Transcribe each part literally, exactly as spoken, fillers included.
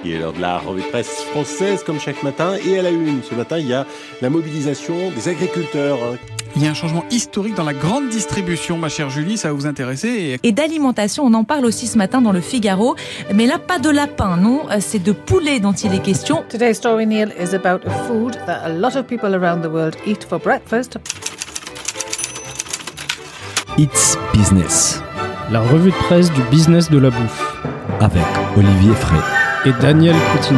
Il est l'heure de la revue de presse française comme chaque matin et à la une. Ce matin, il y a la mobilisation des agriculteurs. Il y a un changement historique dans la grande distribution, ma chère Julie, ça va vous intéresser. Et d'alimentation, on en parle aussi ce matin dans le Figaro. Mais là, pas de lapin, non, c'est de poulet dont il est question. Today's story, Neil, is about a food that a lot of people around the world eat for breakfast. It's Business. La revue de presse du business de la bouffe. Avec Olivier Frey et Daniel Coutinho.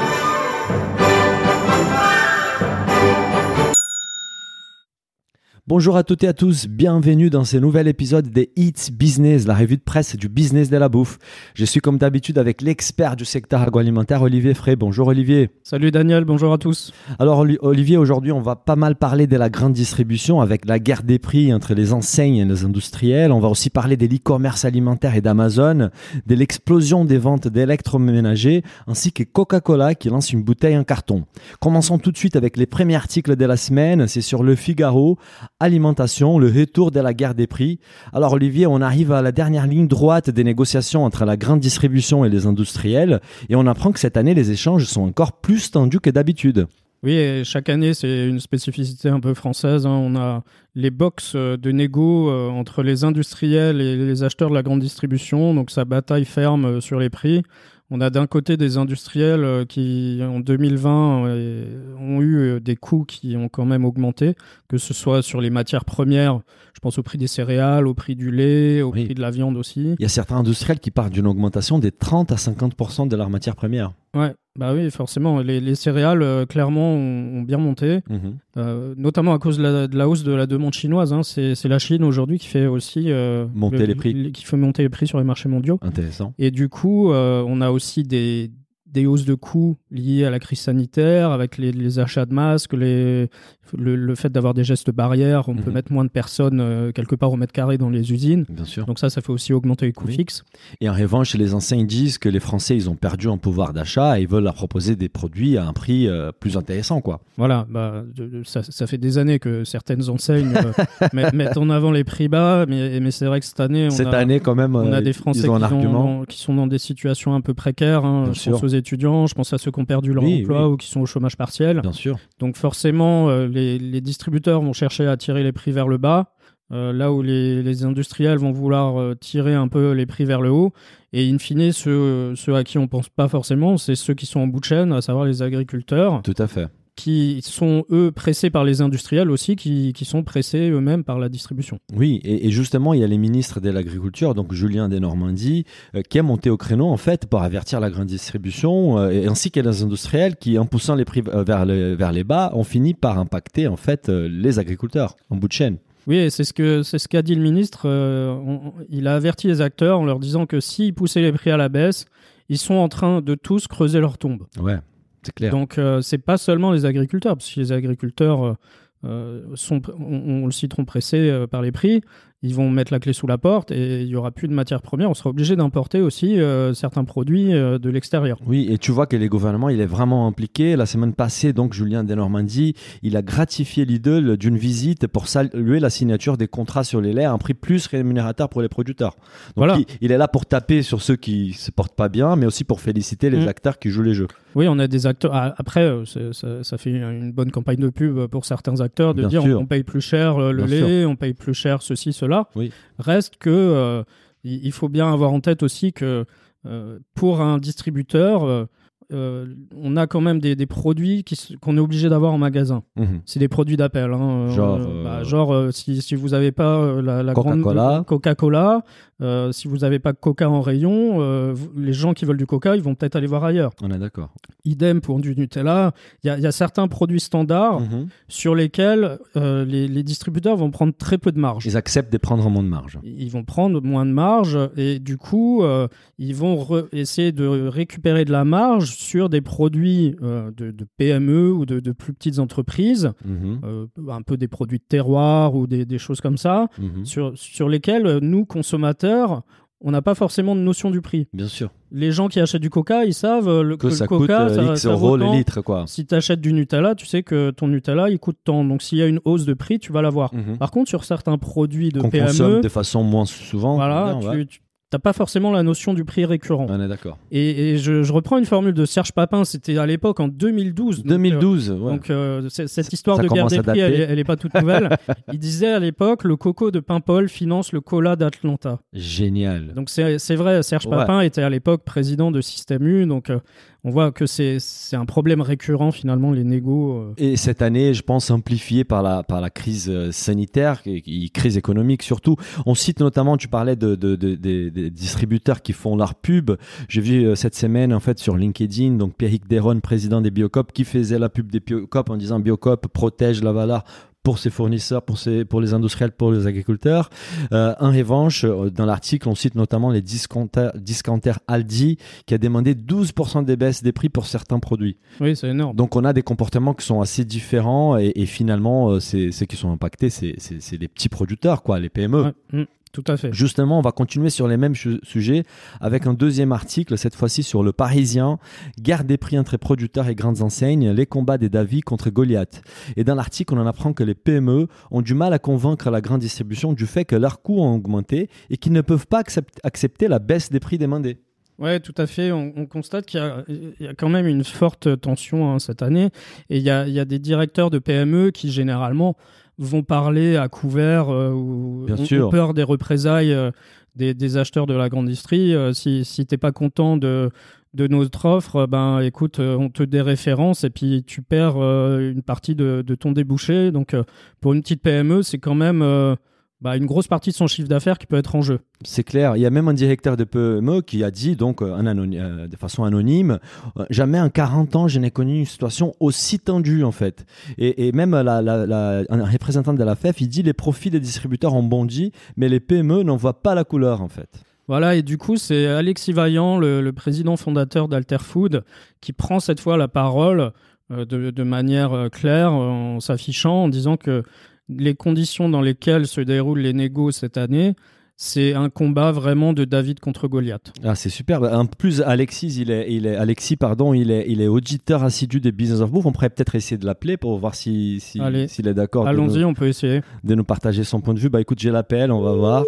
Bonjour à toutes et à tous, bienvenue dans ce nouvel épisode des It's Business, la revue de presse du business de la bouffe. Je suis comme d'habitude avec l'expert du secteur agroalimentaire, Olivier Frey. Bonjour Olivier. Salut Daniel, bonjour à tous. Alors Olivier, aujourd'hui on va pas mal parler de la grande distribution avec la guerre des prix entre les enseignes et les industriels. On va aussi parler de l'e-commerce alimentaire et d'Amazon, de l'explosion des ventes d'électroménagers, ainsi que Coca-Cola qui lance une bouteille en carton. Commençons tout de suite avec les premiers articles de la semaine, c'est sur le Figaro. Alimentation, le retour de la guerre des prix. Alors Olivier, on arrive à la dernière ligne droite des négociations entre la grande distribution et les industriels et on apprend que cette année, les échanges sont encore plus tendus que d'habitude. Oui, et chaque année, c'est une spécificité un peu française. Hein. On a les box de négo euh, entre les industriels et les acheteurs de la grande distribution, donc ça bataille ferme sur les prix. On a d'un côté des industriels qui, en deux mille vingt, ont eu des coûts qui ont quand même augmenté, que ce soit sur les matières premières, je pense au prix des céréales, au prix du lait, au oui. prix de la viande aussi. Il y a certains industriels qui partent d'une augmentation des trente à cinquante pour cent de leurs matières premières. Ouais, bah oui, forcément. Les, les céréales, euh, clairement, ont, ont bien monté, mmh. euh, notamment à cause de la, de la hausse de la demande chinoise. Hein. C'est, c'est la Chine aujourd'hui qui fait aussi euh, monter le, les prix, le, qui fait monter les prix sur les marchés mondiaux. Intéressant. Et du coup, euh, on a aussi des des hausses de coûts liées à la crise sanitaire, avec les, les achats de masques, les, le, le fait d'avoir des gestes barrières, on mmh. peut mettre moins de personnes euh, quelque part au mètre carré dans les usines. Bien sûr. Donc ça, ça fait aussi augmenter les coûts oui. fixes. Et en revanche, les enseignes disent que les Français, ils ont perdu en pouvoir d'achat et ils veulent leur proposer des produits à un prix euh, plus intéressant, quoi. Voilà, bah, ça, ça fait des années que certaines enseignes euh, mettent, mettent en avant les prix bas, mais, mais c'est vrai que cette année, on, cette a, année, quand même, on a euh, des Français qui, ont dans, qui sont dans des situations un peu précaires. Hein. Je sûr. pense aux étudiants, je pense à ceux qui ont perdu leur oui, emploi oui. ou qui sont au chômage partiel. Bien sûr. Donc forcément, euh, les, les distributeurs vont chercher à tirer les prix vers le bas, euh, là où les, les industriels vont vouloir euh, tirer un peu les prix vers le haut. Et in fine, ceux, ceux à qui on ne pense pas forcément, c'est ceux qui sont en bout de chaîne, à savoir les agriculteurs. Tout à fait. Qui sont, eux, pressés par les industriels aussi, qui, qui sont pressés eux-mêmes par la distribution. Oui, et, et justement, il y a les ministres de l'Agriculture, donc Julien Denormandie, euh, qui a monté au créneau, en fait, pour avertir la grande distribution, euh, et ainsi que les industriels qui, en poussant les prix euh, vers, le, vers les bas, ont fini par impacter, en fait, euh, les agriculteurs, en bout de chaîne. Oui, et c'est ce, que, c'est ce qu'a dit le ministre. Euh, on, il a averti les acteurs en leur disant que s'ils poussaient les prix à la baisse, ils sont en train de tous creuser leur tombe. Ouais. C'est clair. Donc, euh, c'est pas seulement les agriculteurs, parce que les agriculteurs euh, sont, on, on le citeront, pressés euh, par les prix. Ils vont mettre la clé sous la porte et il n'y aura plus de matières premières. On sera obligé d'importer aussi euh, certains produits euh, de l'extérieur. Oui, et tu vois que les gouvernements, il est vraiment impliqué. La semaine passée, donc, Julien Denormandie, il a gratifié Lidl d'une visite pour saluer la signature des contrats sur les laits à un prix plus rémunérateur pour les producteurs. Donc, voilà. il, il est là pour taper sur ceux qui ne se portent pas bien, mais aussi pour féliciter les mmh. acteurs qui jouent les jeux. Oui, on a des acteurs. Après, ça, ça fait une bonne campagne de pub pour certains acteurs de bien dire sûr. on paye plus cher le bien lait, sûr. on paye plus cher ceci, cela. Oui. Reste que euh, il faut bien avoir en tête aussi que euh, pour un distributeur, euh, euh, on a quand même des, des produits qui, qu'on est obligé d'avoir en magasin. Mmh. C'est des produits d'appel. Hein. Genre, euh, bah, genre euh, si, si vous n'avez pas euh, la, la Coca-Cola. grande Coca-Cola, euh, si vous n'avez pas de Coca en rayon, euh, les gens qui veulent du Coca, ils vont peut-être aller voir ailleurs. On est d'accord. Idem pour du Nutella. Il y, y a certains produits standards mmh. sur lesquels euh, les, les distributeurs vont prendre très peu de marge. Ils acceptent de prendre moins de marge. Ils vont prendre moins de marge et du coup, euh, ils vont re- essayer de récupérer de la marge sur des produits euh, de, de P M E ou de, de plus petites entreprises, mmh. euh, un peu des produits de terroir ou des, des choses comme ça, mmh. sur, sur lesquels nous, consommateurs, on n'a pas forcément de notion du prix. Bien sûr. Les gens qui achètent du Coca, ils savent le, que, que ça le Coca, coûte ça, X ça euros vaut le litre, quoi. Si tu achètes du Nutella, tu sais que ton Nutella, il coûte tant. Donc, s'il y a une hausse de prix, tu vas l'avoir. Mmh. Par contre, sur certains produits de qu'on P M E... consomme de façon moins souvent. Voilà, bien, tu, ouais. tu t'as pas forcément la notion du prix récurrent. On est d'accord. Et, et je, je reprends une formule de Serge Papin, c'était à l'époque en deux mille douze. deux mille douze, donc, euh, ouais. Donc euh, c- cette histoire Ça de guerre commence des à prix, dater. elle, est- elle est pas toute nouvelle. Il disait à l'époque, le coco de Paimpol finance le cola d'Atlanta. Génial. Donc c'est, c'est vrai, Serge Ouais. Papin était à l'époque président de Système U, donc euh, on voit que c'est, c'est un problème récurrent finalement, les négos. euh. Et cette année, je pense, amplifiée par la, par la crise euh, sanitaire, et, et crise économique surtout. On cite notamment, tu parlais de, de, de, de- des distributeurs qui font leur pub. J'ai vu euh, cette semaine, en fait, sur LinkedIn, donc Pierrick Deron, président des Biocop, qui faisait la pub des Biocop en disant Biocop protège la valeur pour ses fournisseurs, pour, ses, pour les industriels, pour les agriculteurs. Euh, en revanche, euh, dans l'article, on cite notamment les discounters, discounters Aldi qui a demandé douze pour cent des baisses des prix pour certains produits. Oui, c'est énorme. Donc on a des comportements qui sont assez différents et, et finalement, euh, c'est, ceux qui sont impactés, c'est, c'est, c'est les petits producteurs, quoi, les P M E. Ouais, mm, tout à fait. Justement, on va continuer sur les mêmes su- sujets avec un deuxième article, cette fois-ci sur le Parisien, guerre des prix entre producteurs et grandes enseignes, les combats des David contre Goliath. Et dans l'article, on en apprend que les P M E ont du mal à convaincre la grande distribution du fait que leurs coûts ont augmenté et qu'ils ne peuvent pas accept- accepter la baisse des prix demandés. Ouais, tout à fait. On, on constate qu'il y a, il y a quand même une forte tension hein, cette année. Et il y a, il y a des directeurs de P M E qui, généralement, vont parler à couvert euh, ou Bien ont, sûr. ont peur des représailles euh, des, des acheteurs de la grande distrie. Euh, si si t'es pas content de, de notre offre, euh, ben écoute, euh, on te déréférence et puis tu perds euh, une partie de, de ton débouché. Donc, euh, pour une petite P M E, c'est quand même euh, bah, une grosse partie de son chiffre d'affaires qui peut être en jeu. C'est clair. Il y a même un directeur de P M E qui a dit, donc, euh, en anony- euh, de façon anonyme, euh, jamais en quarante ans, je n'ai connu une situation aussi tendue, en fait. Et, et même la, la, la, un représentant de la F E F, il dit les profits des distributeurs ont bondi, mais les P M E n'en voient pas la couleur, en fait. Voilà, et du coup, c'est Alexis Vaillant, le, le président fondateur d'Alterfood, qui prend cette fois la parole euh, de, de manière euh, claire en s'affichant, en disant que les conditions dans lesquelles se déroulent les négos cette année, c'est un combat vraiment de David contre Goliath. Ah, c'est super. En plus, Alexis, il est, il est, Alexis, pardon, il est, il est auditeur assidu des Business of Bouffe. On pourrait peut-être essayer de l'appeler pour voir si, si, Allez. s'il est d'accord de Allons-y, nous, on peut essayer. de nous partager son point de vue. Bah, écoute, j'ai l'appel, on va voir.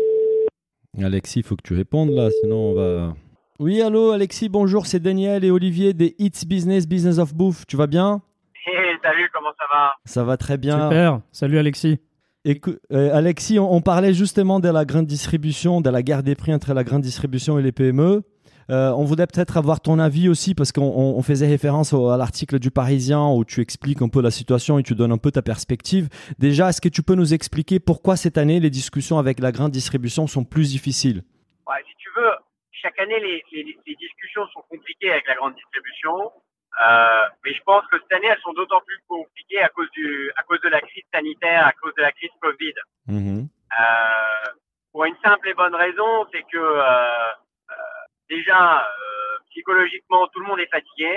Alexis, il faut que tu répondes là, sinon on va... Oui, allô, Alexis, bonjour, c'est Daniel et Olivier des It's Business, Business of Bouffe. Tu vas bien? Hey, salut, comment ça va? Ça va très bien. Super, salut Alexis. Écou- euh, Alexis, on, on parlait justement de la grande distribution, de la guerre des prix entre la grande distribution et les P M E. Euh, on voudrait peut-être avoir ton avis aussi parce qu'on on, on faisait référence au- à l'article du Parisien où tu expliques un peu la situation et tu donnes un peu ta perspective. Déjà, est-ce que tu peux nous expliquer pourquoi cette année les discussions avec la grande distribution sont plus difficiles? Ouais, si tu veux, chaque année, les, les, les discussions sont compliquées avec la grande distribution. Euh, mais je pense que cette année, elles sont d'autant plus compliquées à cause du, à cause de la crise sanitaire, à cause de la crise Covid. Mhm. Euh, pour une simple et bonne raison, c'est que euh, euh, déjà euh, psychologiquement, tout le monde est fatigué.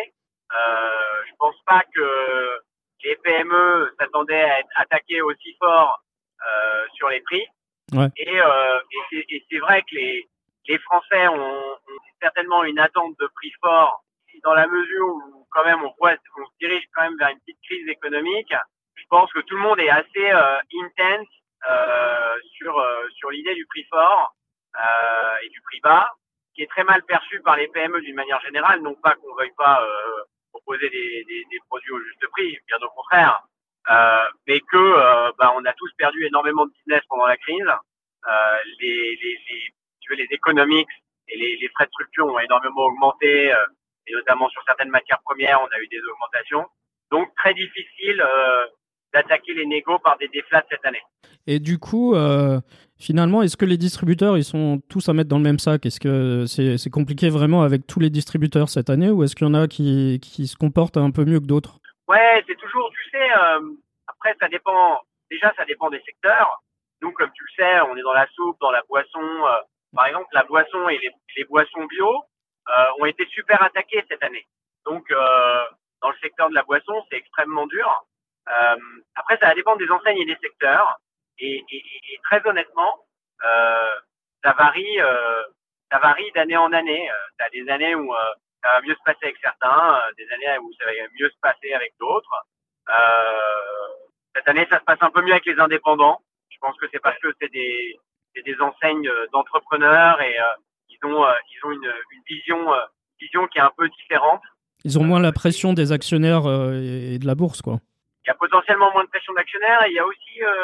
Euh, je pense pas que les P M E s'attendaient à être attaqués aussi fort euh, sur les prix. Ouais. Et, euh, et, c'est, et c'est vrai que les, les Français ont, ont certainement une attente de prix fort dans la mesure où quand même on voit on se dirige quand même vers une petite crise économique. Je pense que tout le monde est assez euh, intense euh, sur euh, sur l'idée du prix fort euh, et du prix bas, qui est très mal perçu par les P M E d'une manière générale. Non pas qu'on veuille pas euh, proposer des, des, des produits au juste prix, bien au contraire, euh, mais que euh, bah, on a tous perdu énormément de business pendant la crise. Euh, les, les, les, tu veux, les économiques et les, les frais de structure ont énormément augmenté. Euh, et notamment sur certaines matières premières, on a eu des augmentations. Donc, très difficile euh, d'attaquer les négos par des déflats cette année. Et du coup, euh, finalement, est-ce que les distributeurs, ils sont tous à mettre dans le même sac? Est-ce que c'est, c'est compliqué vraiment avec tous les distributeurs cette année ou est-ce qu'il y en a qui, qui se comportent un peu mieux que d'autres? Ouais, c'est toujours, tu sais, euh, après, ça dépend, déjà, ça dépend des secteurs. Nous, comme tu le sais, on est dans la soupe, dans la boisson. Euh, par exemple, la boisson et les, les boissons bio, Euh, ont été super attaqués cette année. Donc, euh, dans le secteur de la boisson, c'est extrêmement dur. Euh, après, ça va dépendre des enseignes et des secteurs. Et, et, et très honnêtement, euh, ça varie, euh, ça varie d'année en année. Euh, t'as des années où euh, ça va mieux se passer avec certains, euh, des années où ça va mieux se passer avec d'autres. Euh, cette année, ça se passe un peu mieux avec les indépendants. Je pense que c'est parce que c'est des c'est des enseignes d'entrepreneurs et euh, ils ont, euh, ils ont une, une vision, euh, vision qui est un peu différente. Ils ont moins la pression des actionnaires euh, et de la bourse, quoi. Il y a potentiellement moins de pression d'actionnaires et il y a aussi euh,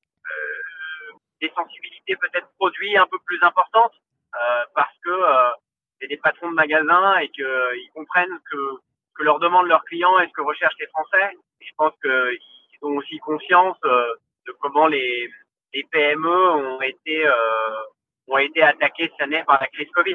euh, des sensibilités peut-être produits un peu plus importantes euh, parce que euh, c'est des patrons de magasins et qu'ils euh, comprennent que, que leur demandent leurs clients et ce que recherchent les Français. Et je pense qu'ils ont aussi conscience euh, de comment les, les P M E ont été, euh, ont été attaquées cette année par la crise Covid.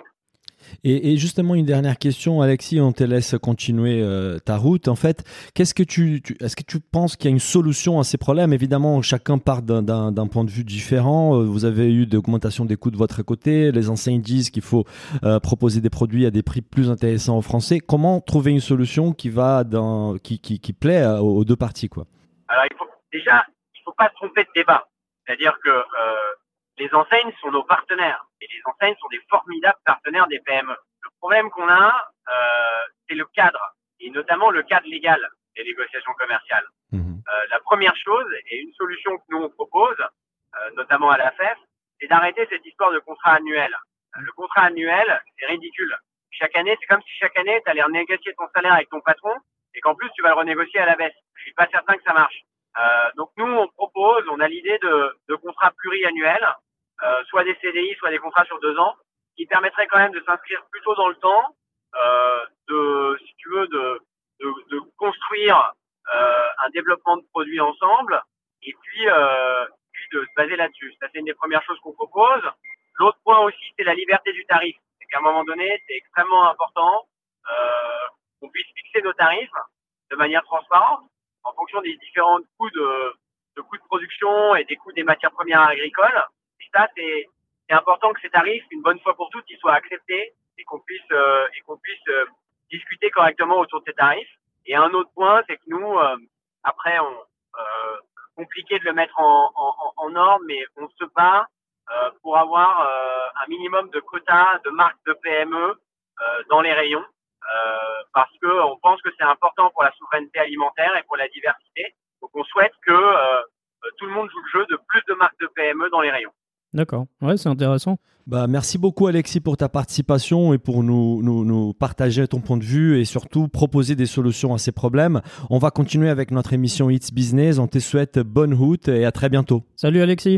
Et, et justement, une dernière question, Alexis, on te laisse continuer euh, ta route. En fait, qu'est-ce que tu, tu, est-ce que tu penses qu'il y a une solution à ces problèmes ? Évidemment, chacun part d'un, d'un, d'un point de vue différent. Vous avez eu d'augmentation des coûts de votre côté. Les enseignes disent qu'il faut euh, proposer des produits à des prix plus intéressants aux Français. Comment trouver une solution qui va dans, qui, qui, qui plaît aux, aux deux parties, quoi ? Alors, il faut, déjà, il faut pas se tromper de débat. C'est-à-dire que euh, les enseignes sont nos partenaires et les enseignes sont des formidables partenaires des P M E. Le problème qu'on a, euh, c'est le cadre et notamment le cadre légal des négociations commerciales. Mmh. Euh, la première chose et une solution que nous on propose, euh, notamment à la F E F, c'est d'arrêter cette histoire de contrat annuel. Le contrat annuel, c'est ridicule. Chaque année, c'est comme si chaque année, tu allais renégocier ton salaire avec ton patron et qu'en plus, tu vas le renégocier à la baisse. Je suis pas certain que ça marche. Euh, donc nous, on propose, on a l'idée de, de contrats pluriannuels, euh, soit des C D I, soit des contrats sur deux ans, qui permettraient quand même de s'inscrire plutôt dans le temps, euh, de, si tu veux, de, de, de construire euh, un développement de produits ensemble, et puis, euh, puis de se baser là-dessus. Ça, c'est une des premières choses qu'on propose. L'autre point aussi, c'est la liberté du tarif. C'est qu'à un moment donné, c'est extrêmement important euh, qu'on puisse fixer nos tarifs de manière transparente en fonction des différents coûts de, de coûts de production et des coûts des matières premières agricoles. Et ça, c'est, c'est important que ces tarifs, une bonne fois pour toutes, ils soient acceptés et qu'on puisse euh, et qu'on puisse euh, discuter correctement autour de ces tarifs. Et un autre point, c'est que nous, euh, après, on euh, compliqué de le mettre en, en, en ordre, mais on se bat euh, pour avoir euh, un minimum de quotas de marques de P M E euh, dans les rayons. Euh, parce que on pense que c'est important pour la souveraineté alimentaire et pour la diversité. Donc on souhaite que euh, tout le monde joue le jeu de plus de marques de P M E dans les rayons. D'accord, ouais, c'est intéressant. Bah, merci beaucoup Alexis pour ta participation et pour nous, nous, nous partager ton point de vue et surtout proposer des solutions à ces problèmes. On va continuer avec notre émission It's Business. On te souhaite bonne route et à très bientôt. Salut Alexis.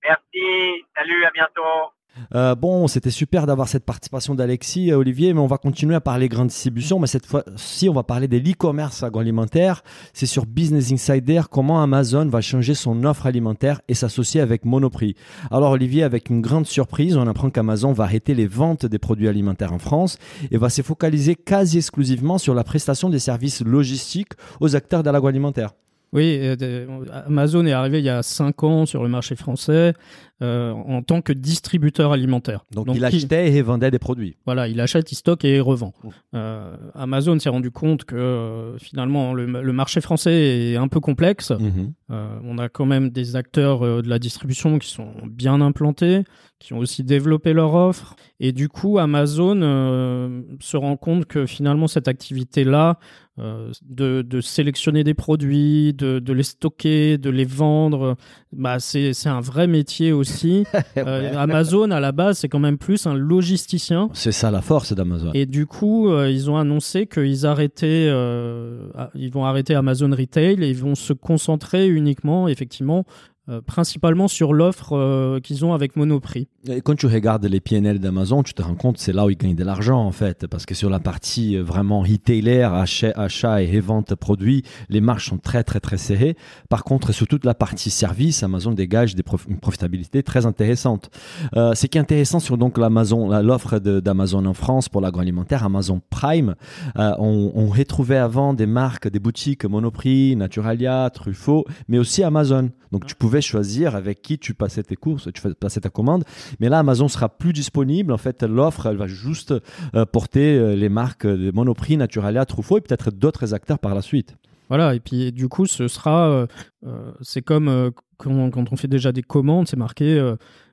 Merci, salut, à bientôt. Euh, bon, c'était super d'avoir cette participation d'Alexis et Olivier, mais on va continuer à parler grande distribution, mais cette fois-ci, on va parler de l'e-commerce agroalimentaire. C'est sur Business Insider comment Amazon va changer son offre alimentaire et s'associer avec Monoprix. Alors Olivier, avec une grande surprise, on apprend qu'Amazon va arrêter les ventes des produits alimentaires en France et va se focaliser quasi exclusivement sur la prestation des services logistiques aux acteurs de l'agroalimentaire. Oui, Amazon est arrivé il y a cinq ans sur le marché français euh, en tant que distributeur alimentaire. Donc, Donc il achetait il, et vendait des produits. Voilà, il achète, il stocke et il revend. Mmh. Euh, Amazon s'est rendu compte que euh, finalement le, le marché français est un peu complexe. Mmh. Euh, on a quand même des acteurs euh, de la distribution qui sont bien implantés, qui ont aussi développé leur offre. Et du coup, Amazon euh, se rend compte que finalement cette activité-là, Euh, de, de sélectionner des produits, de, de les stocker, de les vendre, bah c'est, c'est un vrai métier aussi. ouais. euh, Amazon, à la base, c'est quand même plus un logisticien. C'est ça la force d'Amazon. Et du coup, euh, ils ont annoncé qu'ils arrêtaient, euh, ils vont arrêter Amazon Retail et ils vont se concentrer uniquement, effectivement, Euh, principalement sur l'offre euh, qu'ils ont avec Monoprix. Et quand tu regardes les P and L d'Amazon, tu te rends compte c'est là où ils gagnent de l'argent en fait, parce que sur la partie vraiment retailer, achat, achat et revente de produits, les marges sont très très très serrées. Par contre, sur toute la partie service, Amazon dégage des prof- une profitabilité très intéressante. Euh, ce qui est intéressant sur donc l'Amazon, l'offre de, d'Amazon en France pour l'agroalimentaire, Amazon Prime, euh, on, on retrouvait avant des marques, des boutiques Monoprix, Naturalia, Truffaut, mais aussi Amazon. Donc tu pouvais choisir avec qui tu passais tes courses, tu passais ta commande. Mais là, Amazon sera plus disponible. En fait, l'offre, elle va juste euh, porter euh, les marques de Monoprix, Naturalia, Truffaut et peut-être d'autres acteurs par la suite. Voilà, et puis du coup, ce sera, euh, euh, c'est comme euh, quand, quand on fait déjà des commandes, c'est marqué euh,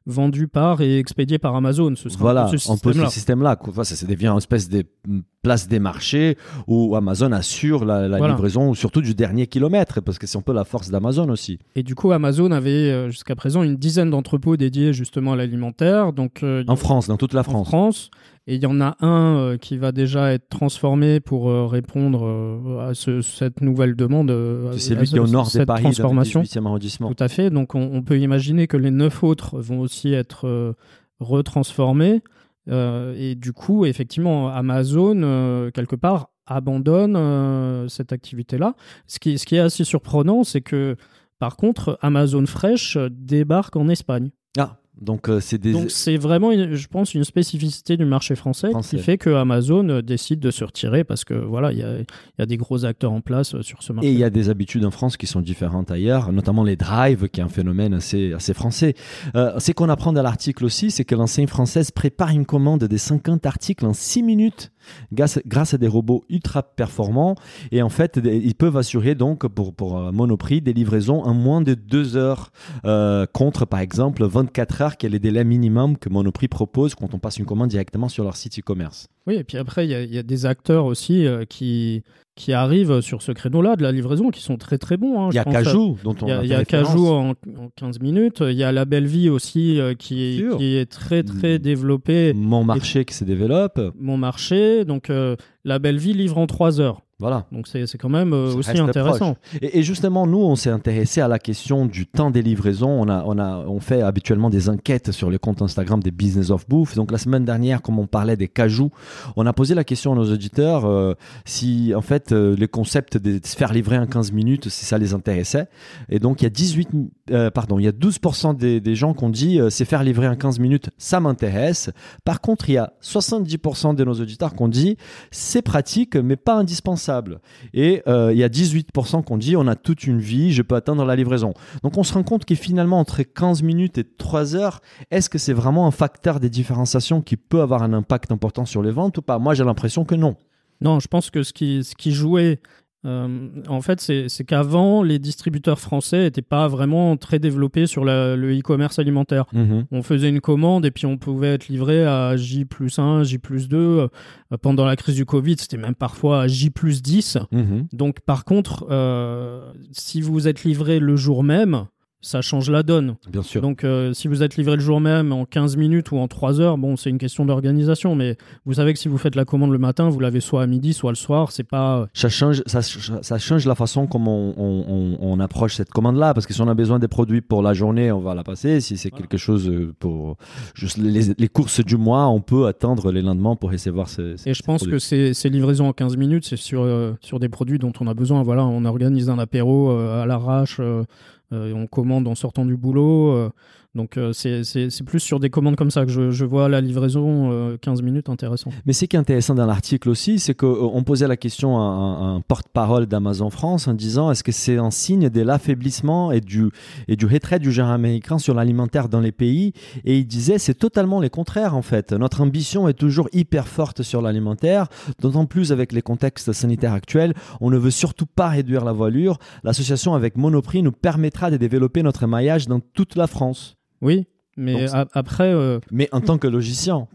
vendu par et expédié par Amazon. Ce sera voilà, un peu ce un peu système-là. ce système-là. Quoi. Enfin, ça, ça devient une espèce de place des marchés où Amazon assure la, la Voilà. livraison, surtout du dernier kilomètre, parce que c'est un peu la force d'Amazon aussi. Et du coup, Amazon avait euh, jusqu'à présent une dizaine d'entrepôts dédiés justement à l'alimentaire. Donc, euh, En France, dans toute la en France. France. Et il y en a un euh, qui va déjà être transformé pour euh, répondre euh, à ce- cette nouvelle demande. euh, C'est à lui ce- qui est au nord de cette Paris, dans le transformation. dix-huitième arrondissement. Tout à fait. Donc, on, on peut imaginer que les neuf autres vont aussi être euh, retransformés. Euh, et du coup, effectivement, Amazon, euh, quelque part, abandonne euh, cette activité-là. Ce qui, ce qui est assez surprenant, c'est que, par contre, Amazon Fresh débarque en Espagne. Ah, donc euh, c'est des... Donc c'est vraiment, une- je pense, une spécificité du marché français, Français. qui fait que Amazon euh, décide de se retirer parce que voilà, il y a, il y a des gros acteurs en place euh, sur ce marché. Et il y a des habitudes en France qui sont différentes ailleurs, notamment les drives, qui est un phénomène assez, assez français. Euh, c'est qu'on apprend dans l'article aussi, c'est que l'enseigne française prépare une commande des cinquante articles en six minutes grâce, grâce à des robots ultra performants. Et en fait, des- ils peuvent assurer donc pour, pour euh, Monoprix des livraisons en moins de deux heures euh, contre, par exemple, vingt-quatre heures, qui est le délai minimum que Monoprix propose quand on passe une commande directement sur leur site e-commerce. Oui, et puis après, il y, a- il y a des acteurs aussi euh, qui, qui arrivent sur ce créneau-là de la livraison qui sont très très bons. hein. Il y a Je pense à- Cajou, dont on Il y a, a il y fait a référence. Cajou en, en quinze minutes. Il y a La Belle Vie aussi euh, qui, Sûr. est, qui est très très Mm. développée. Mon marché qui se développe. Mon marché, donc euh, La Belle Vie livre en trois heures. Voilà. Donc c'est c'est quand même euh, Ça aussi reste intéressant. Et, et justement, nous, on s'est intéressé à la question du temps des livraisons. On, a, on, a, on fait habituellement des enquêtes sur les comptes Instagram des Business of Bouffe. Donc la semaine dernière, comme on parlait des cajous, on a posé la question à nos auditeurs euh, si en fait euh, le concept de se faire livrer en quinze minutes, si ça les intéressait. Et donc il y a dix-huit, euh, pardon, il y a douze pour cent des, des gens qui ont dit euh, c'est faire livrer en quinze minutes, ça m'intéresse. Par contre, il y a soixante-dix pour cent de nos auditeurs qui ont dit c'est pratique, mais pas indispensable. Et euh, il y a dix-huit pour cent qui ont dit on a toute une vie, je peux atteindre la livraison. Donc on se rend compte que finalement, entre quinze minutes et trois heures, est-ce que c'est vraiment un facteur des différenciations qui peut avoir un impact important sur les ventes ou pas? Moi, j'ai l'impression que non. Non, je pense que ce qui, ce qui jouait, euh, en fait, c'est c'est qu'avant, les distributeurs français n'étaient pas vraiment très développés sur la- le e-commerce alimentaire. On faisait une commande et puis on pouvait être livré à J plus un, J plus deux. Euh, Pendant la crise du Covid, c'était même parfois à J plus dix. Mhm. Donc, par contre, euh, si vous êtes livré le jour même, ça change la donne. Bien sûr. Donc, euh, si vous êtes livré le jour même en quinze minutes ou en trois heures, bon, c'est une question d'organisation. Mais vous savez que si vous faites la commande le matin, vous l'avez soit à midi, soit le soir. C'est pas. Ça change, ça, ça change la façon comment on, on- on approche cette commande-là, parce que si on a besoin des produits pour la journée, on va la passer. Si c'est quelque chose pour juste les, les courses du mois, on peut attendre les lendemains pour recevoir ce, ce- Et je ces pense produits. que ces, ces livraisons en quinze minutes, c'est sur, euh, sur des produits dont on a besoin. Voilà, on organise un apéro euh, à l'arrache, euh, euh, on commande en sortant du boulot. euh, donc, euh, c'est c'est- c'est plus sur des commandes comme ça que je, je vois la livraison euh, quinze minutes intéressant. Mais ce qui est intéressant dans l'article aussi, c'est qu'on posait la question à un, un porte-parole d'Amazon France en disant est-ce que c'est un signe de l'affaiblissement et du, et du retrait du genre américain sur l'alimentaire dans les pays? Et il disait c'est totalement le contraire en fait. Notre ambition est toujours hyper forte sur l'alimentaire, d'autant plus avec les contextes sanitaires actuels. On ne veut surtout pas réduire la voilure. L'association avec Monoprix nous permettra de développer notre maillage dans toute la France. Oui, mais Donc, a- après, euh, Mais en tant que logicien.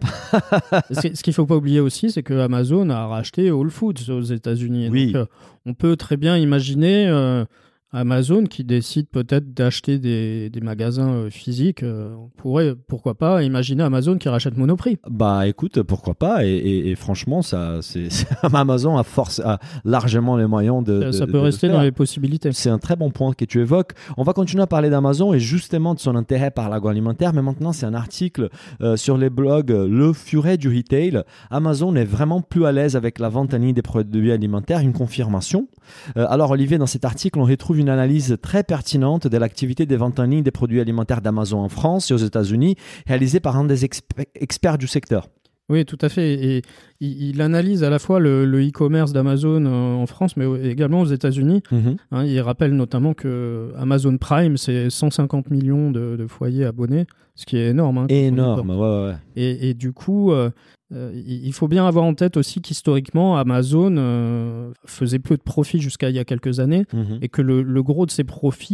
ce qui- ce qu'il ne faut pas oublier aussi, c'est que Amazon a racheté Whole Foods aux États-Unis. Oui. Donc, euh, on peut très bien imaginer euh, Amazon qui décide peut-être d'acheter des, des magasins euh, physiques. Euh, on pourrait, pourquoi pas, imaginer Amazon qui rachète Monoprix. Bah écoute, pourquoi pas, et, et- et franchement, ça, c'est, c'est- Amazon a, force, a largement les moyens de. Ça, de- ça de- peut de rester faire. dans les possibilités. C'est un très bon point que tu évoques. On va continuer à parler d'Amazon et justement de son intérêt par l'agroalimentaire, mais maintenant c'est un article euh, sur les blogs euh, Le Furet du Retail. Amazon n'est vraiment plus à l'aise avec la vente en ligne des produits alimentaires, une confirmation. Euh, alors Olivier, dans cet article, on retrouve une analyse très pertinente de l'activité des ventes en ligne des produits alimentaires d'Amazon en France et aux États-Unis, réalisée par un des exp- experts du secteur. Oui, tout à fait. Et il, il analyse à la fois le, le e-commerce d'Amazon euh, en France, mais également aux États-Unis. Mhm. Hein, il rappelle notamment que Amazon Prime, c'est cent cinquante millions de, de foyers abonnés, ce qui est énorme. hein, quand on y Énorme, pense. ouais, ouais, ouais. Et, et du coup, euh, euh, il il faut bien avoir en tête aussi qu'historiquement, Amazon euh, faisait peu de profits jusqu'à il y a quelques années, Mhm. et que le, le gros de ses profits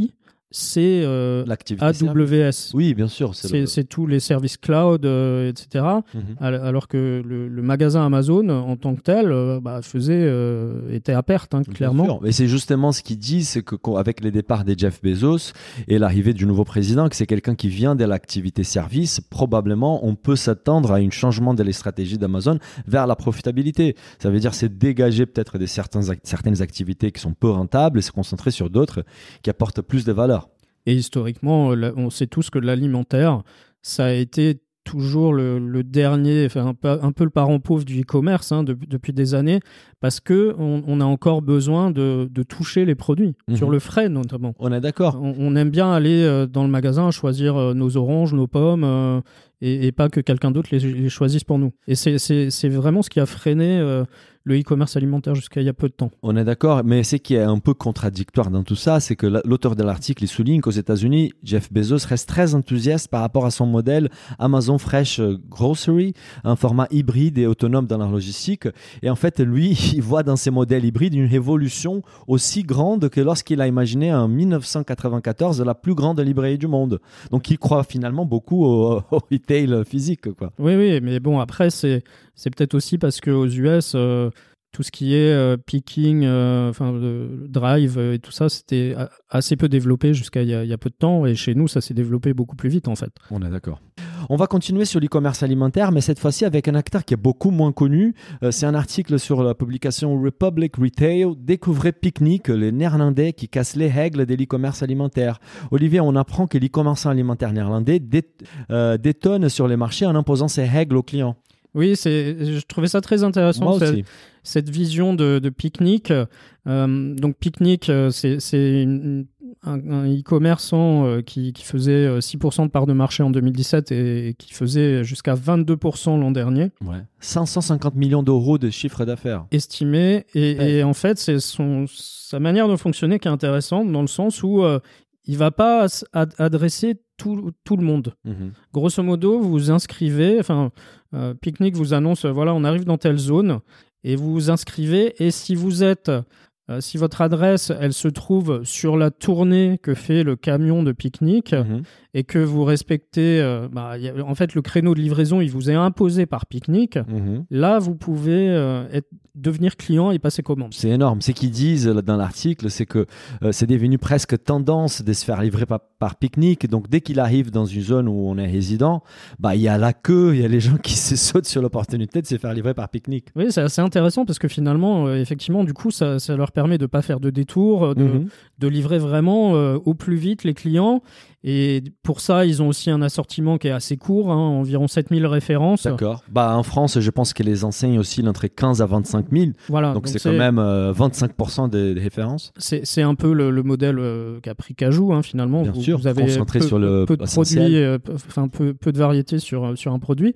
c'est euh, A W S. Oui, bien sûr. C'est, c'est, le... c'est tous les services cloud, euh, et cetera. Mm-hmm. Alors que le, le magasin Amazon, en tant que tel, euh, bah, faisait, euh, était à perte, hein, clairement. Bien sûr. Et c'est justement ce qu'il dit, c'est qu'avec les départs des Jeff Bezos et l'arrivée du nouveau président, que c'est quelqu'un qui vient de l'activité service, probablement on peut s'attendre à un changement de la stratégie d'Amazon vers la profitabilité. Ça veut dire c'est dégager peut-être des certains, certaines activités qui sont peu rentables et se concentrer sur d'autres qui apportent plus de valeur. Et historiquement, on sait tous que l'alimentaire, ça a été toujours le, le dernier, enfin un peu, un peu le parent pauvre du e-commerce hein, de, depuis des années, parce qu'on on a encore besoin de, de toucher les produits, mmh. sur le frais notamment. On est d'accord. On, on aime bien aller dans le magasin choisir nos oranges, nos pommes, euh, et, et pas que quelqu'un d'autre les, les choisisse pour nous. Et c'est, c'est, c'est vraiment ce qui a freiné euh, le e-commerce alimentaire jusqu'à il y a peu de temps. On est d'accord, mais ce qui est un peu contradictoire dans tout ça, c'est que l'auteur de l'article il souligne qu'aux États-Unis, Jeff Bezos reste très enthousiaste par rapport à son modèle Amazon Fresh Grocery, un format hybride et autonome dans la logistique. Et en fait, lui, il voit dans ces modèles hybrides une évolution aussi grande que lorsqu'il a imaginé en dix-neuf cent quatre-vingt-quatorze la plus grande librairie du monde. Donc, il croit finalement beaucoup au, au retail physique, quoi. Oui, oui, mais bon, après, c'est, c'est peut-être aussi parce qu'aux U S, euh, tout ce qui est euh, picking, euh, enfin, le drive euh, et tout ça, c'était a- assez peu développé jusqu'à il y, a, il y a peu de temps. Et chez nous, ça s'est développé beaucoup plus vite, en fait. On est d'accord. On va continuer sur l'e-commerce alimentaire, mais cette fois-ci avec un acteur qui est beaucoup moins connu. Euh, c'est un article sur la publication Republic Retail. Découvrez Picnic, les Néerlandais qui cassent les règles de l'e-commerce alimentaire. Olivier, on apprend que l'e-commerce alimentaire néerlandais dé- euh, détonne sur les marchés en imposant ses règles aux clients. Oui, c'est, je trouvais ça très intéressant. Moi cette, aussi. cette vision de, de Picnic. Euh, donc Picnic, c'est, c'est une, un, un e-commerçant euh, qui, qui faisait six pour cent de part de marché en deux mille dix-sept et, et qui faisait jusqu'à vingt-deux pour cent l'an dernier. Ouais. cinq cent cinquante millions d'euros de chiffre d'affaires. Estimé. Et, ouais. et en fait, c'est son, sa manière de fonctionner qui est intéressante dans le sens où euh, il ne va pas ad- adresser tout, tout le monde. Mmh. Grosso modo, vous vous inscrivez, enfin, euh, Picnic vous annonce, euh, voilà, on arrive dans telle zone, et vous vous inscrivez, et si vous êtes, euh, si votre adresse, elle se trouve sur la tournée que fait le camion de Picnic, mmh. et que vous respectez, euh, bah, y a, en fait, le créneau de livraison, il vous est imposé par Picnic, mmh. là, vous pouvez euh, être, devenir client et passer commande. C'est énorme. Ce qu'ils disent dans l'article, c'est que euh, c'est devenu presque tendance de se faire livrer par, par Picnic. Donc, dès qu'il arrive dans une zone où on est résident, bah, il y a la queue, il y a les gens qui se sautent sur l'opportunité de se faire livrer par Picnic. Oui, c'est assez intéressant parce que finalement, euh, effectivement, du coup, ça, ça leur permet de ne pas faire de détour, de, mmh. de livrer vraiment euh, au plus vite les clients. Et pour ça, ils ont aussi un assortiment qui est assez court, hein, environ sept mille références. D'accord. Bah, en France, je pense que les enseignes oscillent entre quinze à vingt-cinq mille. Voilà, donc, donc c'est, c'est quand même euh, vingt-cinq pour cent des, des références. C'est, c'est un peu le, le modèle euh, qu'a pris Cajou, hein, finalement. Bien vous, sûr, vous avez concentré peu, sur le peu de produits, euh, enfin peu, peu de variété sur, sur un produit.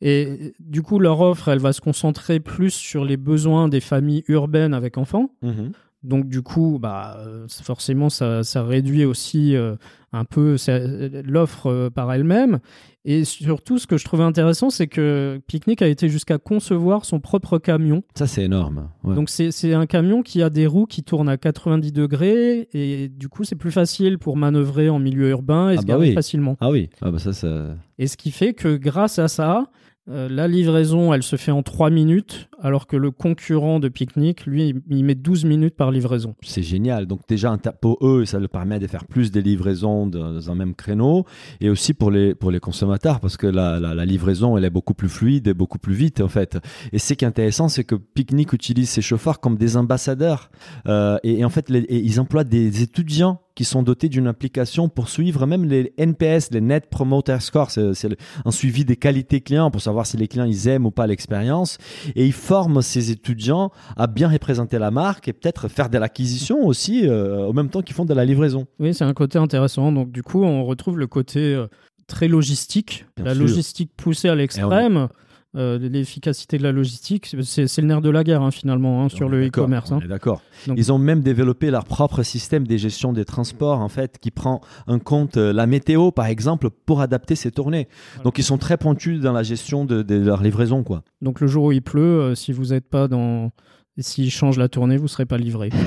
Et du coup, leur offre, elle va se concentrer plus sur les besoins des familles urbaines avec enfants. Mmh. Donc du coup, bah, forcément, ça, ça réduit aussi euh, un peu ça, l'offre euh, par elle-même. Et surtout, ce que je trouvais intéressant, c'est que Picnic a été jusqu'à concevoir son propre camion. Ça, c'est énorme. Ouais. Donc c'est, c'est un camion qui a des roues qui tournent à quatre-vingt-dix degrés et du coup, c'est plus facile pour manœuvrer en milieu urbain et ah se bah garer oui. facilement. Ah oui, ah bah ça, ça... Et ce qui fait que grâce à ça, Euh, la livraison, elle se fait en trois minutes, alors que le concurrent de Picnic, lui, il met douze minutes par livraison. C'est génial. Donc déjà, pour eux, ça leur permet de faire plus de livraisons dans un même créneau, et aussi pour les, pour les consommateurs, parce que la, la, la livraison, elle est beaucoup plus fluide et beaucoup plus vite, en fait. Et ce qui est intéressant, c'est que Picnic utilise ces chauffeurs comme des ambassadeurs. Euh, et, et en fait, les, et ils emploient des étudiants qui sont dotés d'une application pour suivre même les N P S, les Net Promoter Score, c'est, c'est un suivi des qualités clients pour savoir si les clients ils aiment ou pas l'expérience. Et ils forment ces étudiants à bien représenter la marque et peut-être faire de l'acquisition aussi, euh, au même temps qu'ils font de la livraison. Oui, c'est un côté intéressant. Donc du coup, on retrouve le côté euh, très logistique, bien la sûr. Logistique poussée à l'extrême. Euh, l'efficacité de la logistique, c'est, c'est le nerf de la guerre hein, finalement hein, sur le e-commerce. Hein. On est d'accord. Donc, ils ont même développé leur propre système de gestion des transports en fait, qui prend en compte euh, la météo par exemple pour adapter ses tournées. Voilà. Donc ils sont très pointus dans la gestion de, de leur livraison quoi. Donc le jour où il pleut, euh, si vous n'êtes pas dans, s'ils changent la tournée, vous ne serez pas livré.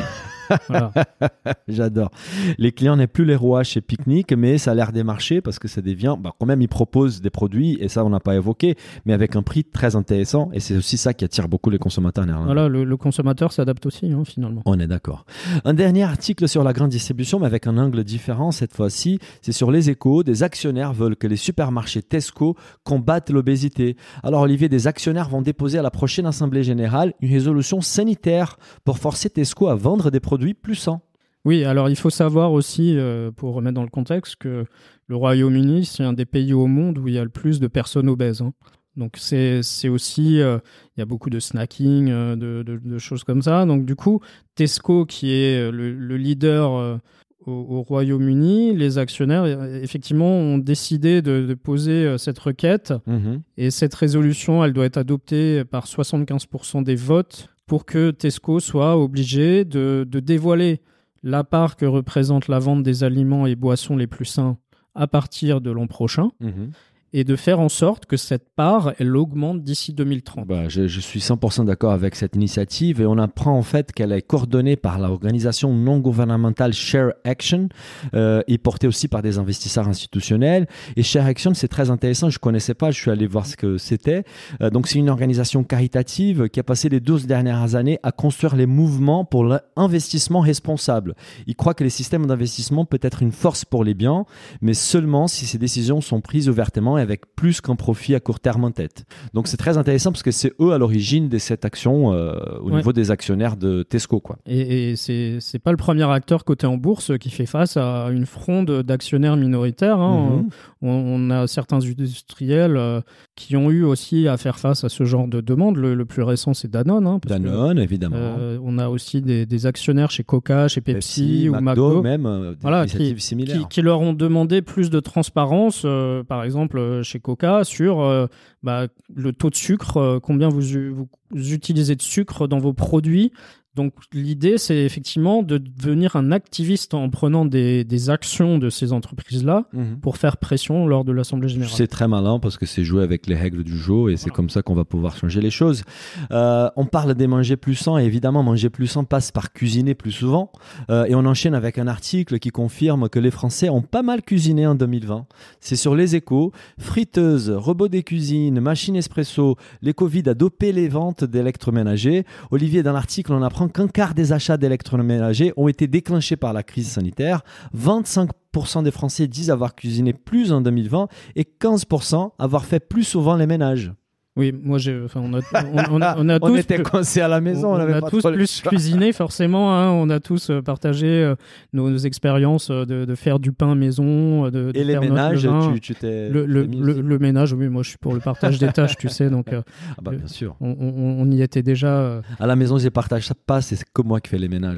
Voilà. J'adore. Les clients n'est plus les rois chez Picnic, mais ça a l'air des marchés parce que ça devient, bah, quand même, ils proposent des produits et ça, on n'a pas évoqué, mais avec un prix très intéressant et c'est aussi ça qui attire beaucoup les consommateurs néerlandais. Voilà, le, le consommateur s'adapte aussi, hein, finalement. On est d'accord. Un dernier article sur la grande distribution, mais avec un angle différent cette fois-ci, c'est sur les Échos. Des actionnaires veulent que les supermarchés Tesco combattent l'obésité. Alors Olivier, des actionnaires vont déposer à la prochaine Assemblée générale une résolution sanitaire pour forcer Tesco à vendre des produits plus sains. Oui, alors il faut savoir aussi, euh, pour remettre dans le contexte, que le Royaume-Uni, c'est un des pays au monde où il y a le plus de personnes obèses. Hein. Donc c'est, c'est aussi, euh, il y a beaucoup de snacking, euh, de, de, de choses comme ça. Donc du coup, Tesco, qui est le, le leader euh, au, au Royaume-Uni, les actionnaires, effectivement, ont décidé de, de poser euh, cette requête. Mmh. Et cette résolution, elle doit être adoptée par soixante-quinze pour cent des votes pour que Tesco soit obligé de, de dévoiler la part que représente la vente des aliments et boissons les plus sains à partir de l'an prochain. Mmh. Et de faire en sorte que cette part, elle augmente d'ici deux mille trente. Bah, je, je suis cent pour cent d'accord avec cette initiative et on apprend en fait qu'elle est coordonnée par l'organisation non gouvernementale Share Action euh, et portée aussi par des investisseurs institutionnels. Et Share Action, c'est très intéressant, je ne connaissais pas, je suis allé voir ce que c'était. Euh, donc c'est une organisation caritative qui a passé les douze dernières années à construire les mouvements pour l'investissement responsable. Ils croient que les systèmes d'investissement peuvent être une force pour les biens, mais seulement si ces décisions sont prises ouvertement et avec plus qu'un profit à court terme en tête. Donc c'est très intéressant parce que c'est eux à l'origine de cette action euh, au ouais. niveau des actionnaires de Tesco, quoi. Et, et c'est c'est pas le premier acteur coté en bourse qui fait face à une fronde d'actionnaires minoritaires. Hein. Mm-hmm. On, on a certains industriels euh, qui ont eu aussi à faire face à ce genre de demande. Le, le plus récent, c'est Danone. Hein, parce Danone, que, évidemment. Euh, on a aussi des, des actionnaires chez Coca, chez Pepsi, Pepsi ou McDo, McDo, même euh, des voilà, initiatives qui, similaires. Qui, qui leur ont demandé plus de transparence, euh, par exemple chez Coca, sur euh, bah, le taux de sucre, euh, combien vous, vous utilisez de sucre dans vos produits. Donc l'idée, c'est effectivement de devenir un activiste en prenant des, des actions de ces entreprises-là mmh. pour faire pression lors de l'Assemblée générale. C'est très malin parce que c'est jouer avec les règles du jeu et c'est voilà. comme ça qu'on va pouvoir changer les choses. Euh, on parle des manger plus sains et évidemment, manger plus sain passe par cuisiner plus souvent. Euh, et on enchaîne avec un article qui confirme que les Français ont pas mal cuisiné en deux mille vingt. C'est sur les Échos. Friteuses, robots des cuisines, machines espresso, les Covid a dopé les ventes d'électroménagers. Olivier, dans l'article, on apprend qu'un quart des achats d'électroménagers ont été déclenchés par la crise sanitaire. vingt-cinq pour cent des Français disent avoir cuisiné plus en deux mille vingt et quinze pour cent avoir fait plus souvent les ménages. Oui, moi, j'ai, enfin, on a, on, on a, on a tous, on était coincés à la maison, on, on, on a pas tous plus cuisiné, forcément. Hein, on a tous partagé euh, nos, nos expériences de, de faire du pain maison, de, de et les faire ménages. Notre tu, tu t'es le, le, le, le ménage, oui, moi, je suis pour le partage des tâches, tu sais. Donc, euh, ah bah bien sûr. On, on, on y était déjà. Euh... À la maison, je partage pas, c'est que moi qui fais les ménages.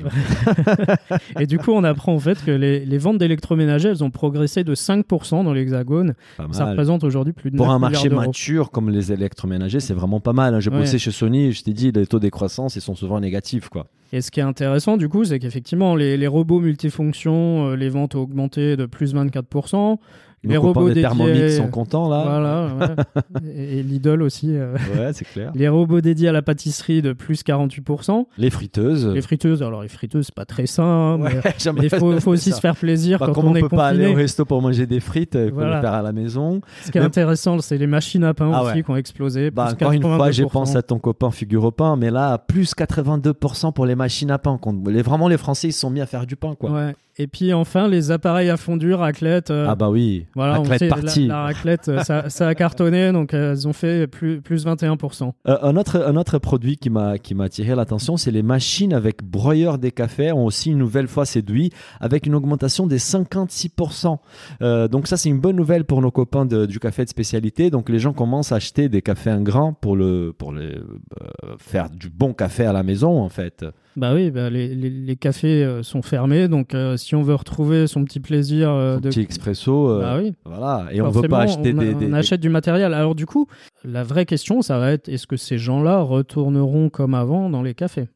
Et du coup, on apprend en fait que les, les ventes d'électroménagers, elles ont progressé de cinq pour cent dans l'Hexagone. Ça représente aujourd'hui plus de pour neuf un marché milliards d'euros. Mature comme les électroménagers, c'est vraiment pas mal. J'ai ouais. bossé chez Sony, je t'ai dit, les taux de décroissance, ils sont souvent négatifs, quoi. Et ce qui est intéressant, du coup, c'est qu'effectivement, les, les robots multifonctions, euh, les ventes ont augmenté de plus vingt-quatre pour cent. Nos les robots des dédiés... Thermomix sont contents, là. Voilà, ouais. et, et Lidl aussi. Euh... Ouais, c'est clair. Les robots dédiés à la pâtisserie de plus quarante-huit pour cent. Les friteuses. Les friteuses, alors les friteuses, c'est pas très sain, hein, ouais, mais il faut, faut aussi ça. se faire plaisir bah, quand comme on, on est peut confiné. pas aller au resto pour manger des frites, il faut voilà. le faire à la maison. Ce qui est mais... intéressant, c'est les machines à pain ah aussi ouais. qui ont explosé. Bah, encore une fois, je pense à ton copain Figure au pain, mais là, plus quatre-vingt-deux pour cent pour les machines à pain. Les, vraiment, les Français, ils se sont mis à faire du pain, quoi. Ouais. Et puis enfin, les appareils à fondue, raclette. Euh, ah bah oui, voilà, raclette on sait, partie. La, la raclette, ça, ça a cartonné, donc euh, elles ont fait plus, plus vingt et un pour cent. Euh, un, autre, un autre produit qui m'a, qui m'a attiré l'attention, c'est les machines avec broyeur des cafés ont aussi une nouvelle fois séduit avec une augmentation des cinquante-six pour cent. Euh, donc ça, c'est une bonne nouvelle pour nos copains de, du café de spécialité. Donc les gens commencent à acheter des cafés en grains pour, le, pour les, euh, faire du bon café à la maison, en fait. Bah oui, bah les, les, les cafés euh, sont fermés, donc euh, si on veut retrouver son petit plaisir euh, son de petit expresso, euh, bah oui. voilà, et forcément, on veut pas acheter on, des, on des, achète du matériel. Alors du coup, la vraie question, ça va être est-ce que ces gens-là retourneront comme avant dans les cafés ?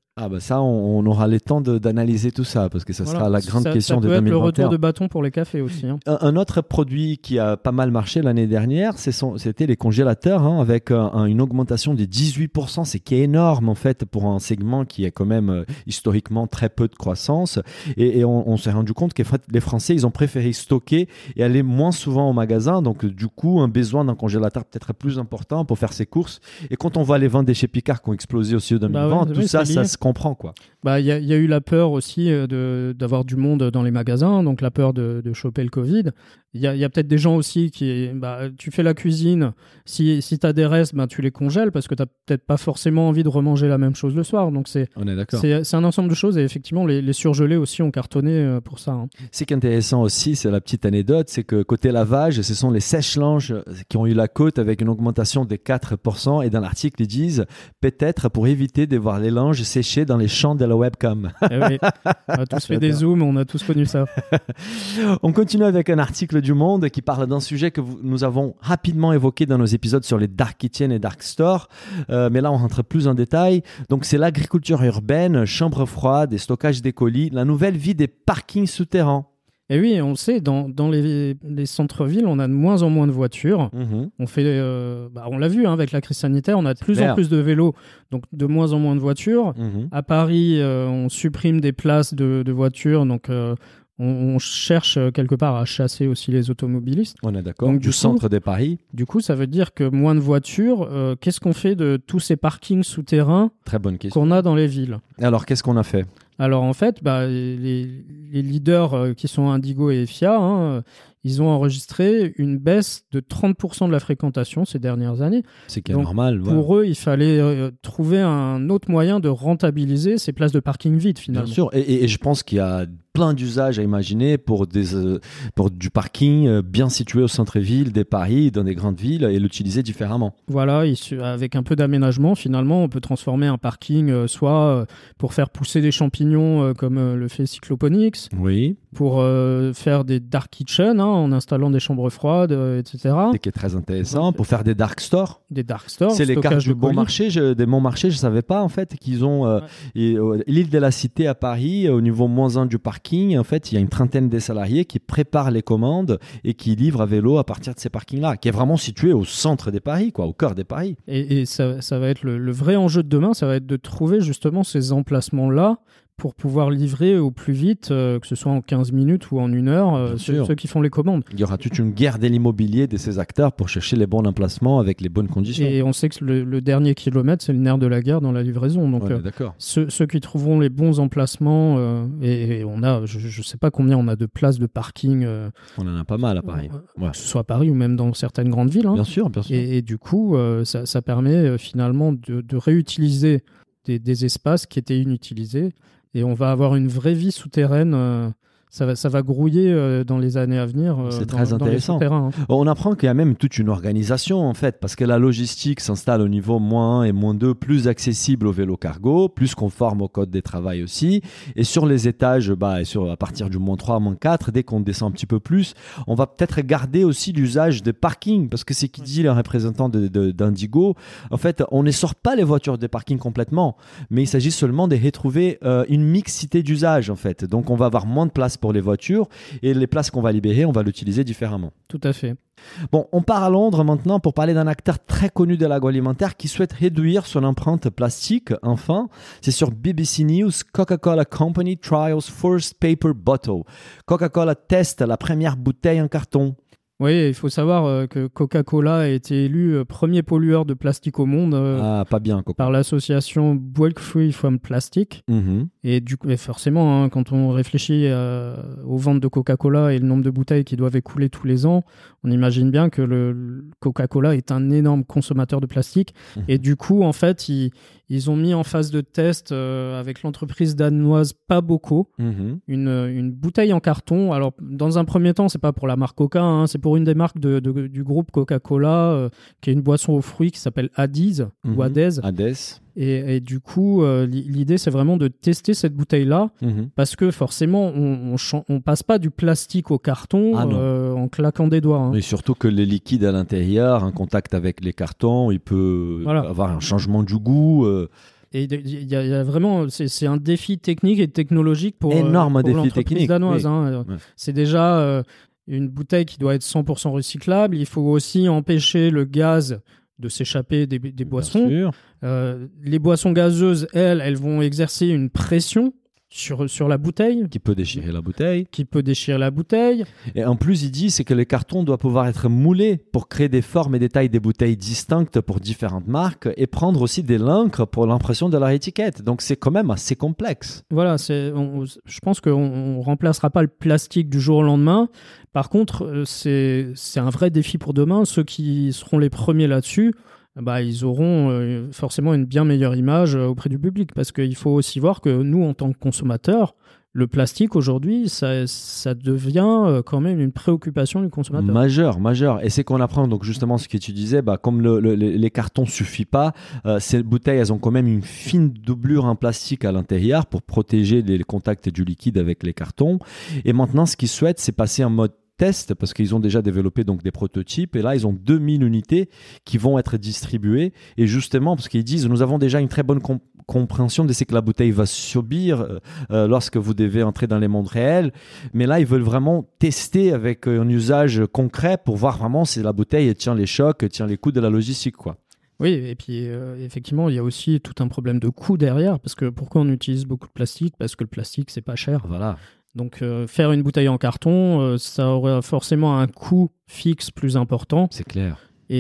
Ah bah ça, on, on aura le temps de, d'analyser tout ça, parce que ça Voilà. sera la grande ça, question ça de peut deux mille vingt et un. être le retour de bâton pour les cafés aussi. Hein. Un, un autre produit qui a pas mal marché l'année dernière, c'est son, c'était les congélateurs, hein, avec un, un, une augmentation de dix-huit pour cent, c'est qui est énorme en fait pour un segment qui a quand même euh, historiquement très peu de croissance. Et, et on, on s'est rendu compte que les Français, ils ont préféré stocker et aller moins souvent au magasin. Donc du coup, un besoin d'un congélateur peut-être plus important pour faire ses courses. Et quand on voit les ventes des chez Picard qui ont explosé aussi au deux mille vingt, bah ouais, tout ouais, ça, ça ça se comprend quoi. Bah, il y, y a eu la peur aussi de, d'avoir du monde dans les magasins, donc la peur de, de choper le Covid. Il y a, y a peut-être des gens aussi qui, bah, tu fais la cuisine, si, si tu as des restes, bah, tu les congèles parce que tu n'as peut-être pas forcément envie de remanger la même chose le soir. Donc c'est, On est d'accord. c'est, c'est un ensemble de choses et effectivement, les, les surgelés aussi ont cartonné pour ça. Hein. Ce qui est intéressant aussi, c'est la petite anecdote, c'est que côté lavage, ce sont les sèche-linges qui ont eu la cote avec une augmentation de quatre pour cent. Et dans l'article, ils disent peut-être pour éviter de voir les linges séchés dans les champs de la webcam. Eh oui, on a tous fait des zooms, on a tous connu ça. On continue avec un article du Monde qui parle d'un sujet que vous, nous avons rapidement évoqué dans nos épisodes sur les dark kitchen et dark store. Euh, mais là, on rentre plus en détail. Donc, c'est l'agriculture urbaine, chambre froide et stockage des colis, la nouvelle vie des parkings souterrains. Et oui, on le sait, dans, dans les, les centres-villes, on a de moins en moins de voitures. Mmh. On, fait, euh, bah, on l'a vu hein, avec la crise sanitaire, on a de plus clair. en plus de vélos, donc de moins en moins de voitures. Mmh. À Paris, euh, on supprime des places de, de voitures, donc euh, on, on cherche euh, quelque part à chasser aussi les automobilistes. On est d'accord. Donc, Du, du centre coup- de Paris, Du coup, ça veut dire que moins de voitures, euh, qu'est-ce qu'on fait de tous ces parkings souterrains très bonne question. qu'on a dans les villes ? Alors, qu'est-ce qu'on a fait ? Alors en fait, bah, les, les leaders euh, qui sont Indigo et F I A, hein, euh, ils ont enregistré une baisse de trente pour cent de la fréquentation ces dernières années. C'est qui est Donc, normal. voilà. Pour eux, il fallait euh, trouver un autre moyen de rentabiliser ces places de parking vides finalement. Bien sûr, et, et- et je pense qu'il y a plein d'usages à imaginer pour, des, euh, pour du parking euh, bien situé au centre-ville des Paris, dans des grandes villes, et l'utiliser différemment. Voilà, issu- avec un peu d'aménagement, finalement, on peut transformer un parking euh, soit euh, pour faire pousser des champignons euh, comme euh, le fait Cycloponix, Oui, pour euh, faire des dark kitchen hein, en installant des chambres froides, euh, et cetera. et qui est très intéressant pour faire des dark stores. Des dark stores. C'est les cartes stockage du de bon colis. marché, je, des bons marchés, je ne savais pas en fait qu'ils ont euh, Ouais. et, euh, l'île de la Cité à Paris, au niveau moins un du parking, en fait, il y a une trentaine de salariés qui préparent les commandes et qui livrent à vélo à partir de ces parkings-là, qui est vraiment situé au centre des Paris, quoi, au cœur des Paris. Et, et ça, ça va être le, le vrai enjeu de demain, ça va être de trouver justement ces emplacements-là pour pouvoir livrer au plus vite, euh, que ce soit en quinze minutes ou en une heure, euh, Bien ceux, sûr. ceux qui font les commandes. Il y aura toute une guerre de l'immobilier de ces acteurs pour chercher les bons emplacements avec les bonnes conditions. Et on sait que le, le dernier kilomètre, c'est le nerf de la guerre dans la livraison. Donc, On est euh, d'accord. ceux, ceux qui trouveront les bons emplacements, euh, et, et on a, je ne sais pas combien on a de places de parking, euh, On en a pas mal à Paris. euh, Ouais. que ce soit à Paris ou même dans certaines grandes villes. hein. Bien sûr, bien sûr. Et, et du coup, euh, ça, ça permet euh, finalement de, de réutiliser des, des espaces qui étaient inutilisés. Et on va avoir une vraie vie souterraine. euh, ça, va, ça va grouiller euh, dans les années à venir. euh, C'est dans- très dans les intéressant. souterrains, hein. On apprend qu'il y a même toute une organisation en fait, parce que la logistique s'installe au niveau moins un et moins deux, plus accessible au vélo cargo, plus conforme au code des travail aussi. Et sur les étages, bah, et sur, à partir du moins trois, moins quatre, dès qu'on descend un petit peu plus, on va peut-être garder aussi l'usage des parkings, parce que c'est qui dit le représentant de, de- d'Indigo. En fait, on ne sort pas les voitures des parkings complètement, mais il s'agit seulement de retrouver euh, une mixité d'usage en fait. Donc on va avoir moins de place pour les voitures et les places qu'on va libérer, on va l'utiliser différemment. Tout à fait. Bon, on part à Londres maintenant pour parler d'un acteur très connu de l'agroalimentaire qui souhaite réduire son empreinte plastique. Enfin, c'est sur B B C News, Coca-Cola Company trials first paper bottle. Coca-Cola teste la première bouteille en carton. Oui, il faut savoir euh, que Coca-Cola a été élu euh, premier pollueur de plastique au monde euh, Ah, pas bien, Coca. par l'association Break Free from Plastic. Mhm. Et du coup, et forcément, hein, quand on réfléchit euh, aux ventes de Coca-Cola et le nombre de bouteilles qui doivent écouler tous les ans, on imagine bien que le, le Coca-Cola est un énorme consommateur de plastique. Mhm. Et du coup, en fait, ils, ils ont mis en phase de test euh, avec l'entreprise danoise Paboco Mhm. une, une bouteille en carton. Alors, dans un premier temps, c'est pas pour la marque Coca, hein, c'est pour une des marques de, de- du groupe Coca-Cola, euh, qui est une boisson aux fruits qui s'appelle Hades Mhm. ou Hades. Hades. Et, et du coup, euh, l'i- l'idée, c'est vraiment de tester cette bouteille-là, Mhm. parce que forcément, on, on, chan- on passe pas du plastique au carton Ah non. euh, en claquant des doigts. hein. Et surtout que le liquide à l'intérieur, en contact avec les cartons, il peut Voilà. avoir un changement du goût. euh, Et il y, y a vraiment, c'est, c'est un défi technique et technologique pour, énorme euh, pour défi l'entreprise technique, danoise. oui. Hein. Ouais. C'est déjà euh, une bouteille qui doit être cent pour cent recyclable. Il faut aussi empêcher le gaz de s'échapper des, des boissons. Euh, les boissons gazeuses, elles, elles vont exercer une pression sur, sur la bouteille. Qui peut déchirer la bouteille. Qui peut déchirer la bouteille. Et en plus, il dit c'est que les cartons doivent pouvoir être moulés pour créer des formes et des tailles des bouteilles distinctes pour différentes marques et prendre aussi des l'encre pour l'impression de leur étiquette. Donc, c'est quand même assez complexe. Voilà, c'est, on, je pense qu'on ne remplacera pas le plastique du jour au lendemain. Par contre, c'est, c'est un vrai défi pour demain. Ceux qui seront les premiers là-dessus, bah, ils auront euh, forcément une bien meilleure image euh, auprès du public. Parce qu'il faut aussi voir que nous, en tant que consommateurs, le plastique aujourd'hui, ça, ça devient euh, quand même une préoccupation du consommateur. Majeur, majeur. Et c'est qu'on apprend, donc justement ce que tu disais, bah, comme le, le, les cartons ne suffisent pas, euh, ces bouteilles, elles ont quand même une fine doublure en plastique à l'intérieur pour protéger les, les contacts du liquide avec les cartons. Et maintenant, ce qu'ils souhaitent, c'est passer en mode test parce qu'ils ont déjà développé donc des prototypes et là ils ont deux mille unités qui vont être distribuées et justement parce qu'ils disent nous avons déjà une très bonne comp- compréhension de ce que la bouteille va subir euh, lorsque vous devez entrer dans les mondes réels, mais là ils veulent vraiment tester avec un usage concret pour voir vraiment si la bouteille tient les chocs, tient les coups de la logistique quoi. Oui, et puis euh, effectivement, il y a aussi tout un problème de coût derrière, parce que pourquoi on utilise beaucoup de plastique ? Parce que le plastique, c'est pas cher. Voilà. Donc euh, faire une bouteille en carton, euh, ça aurait forcément un coût fixe plus important. C'est clair.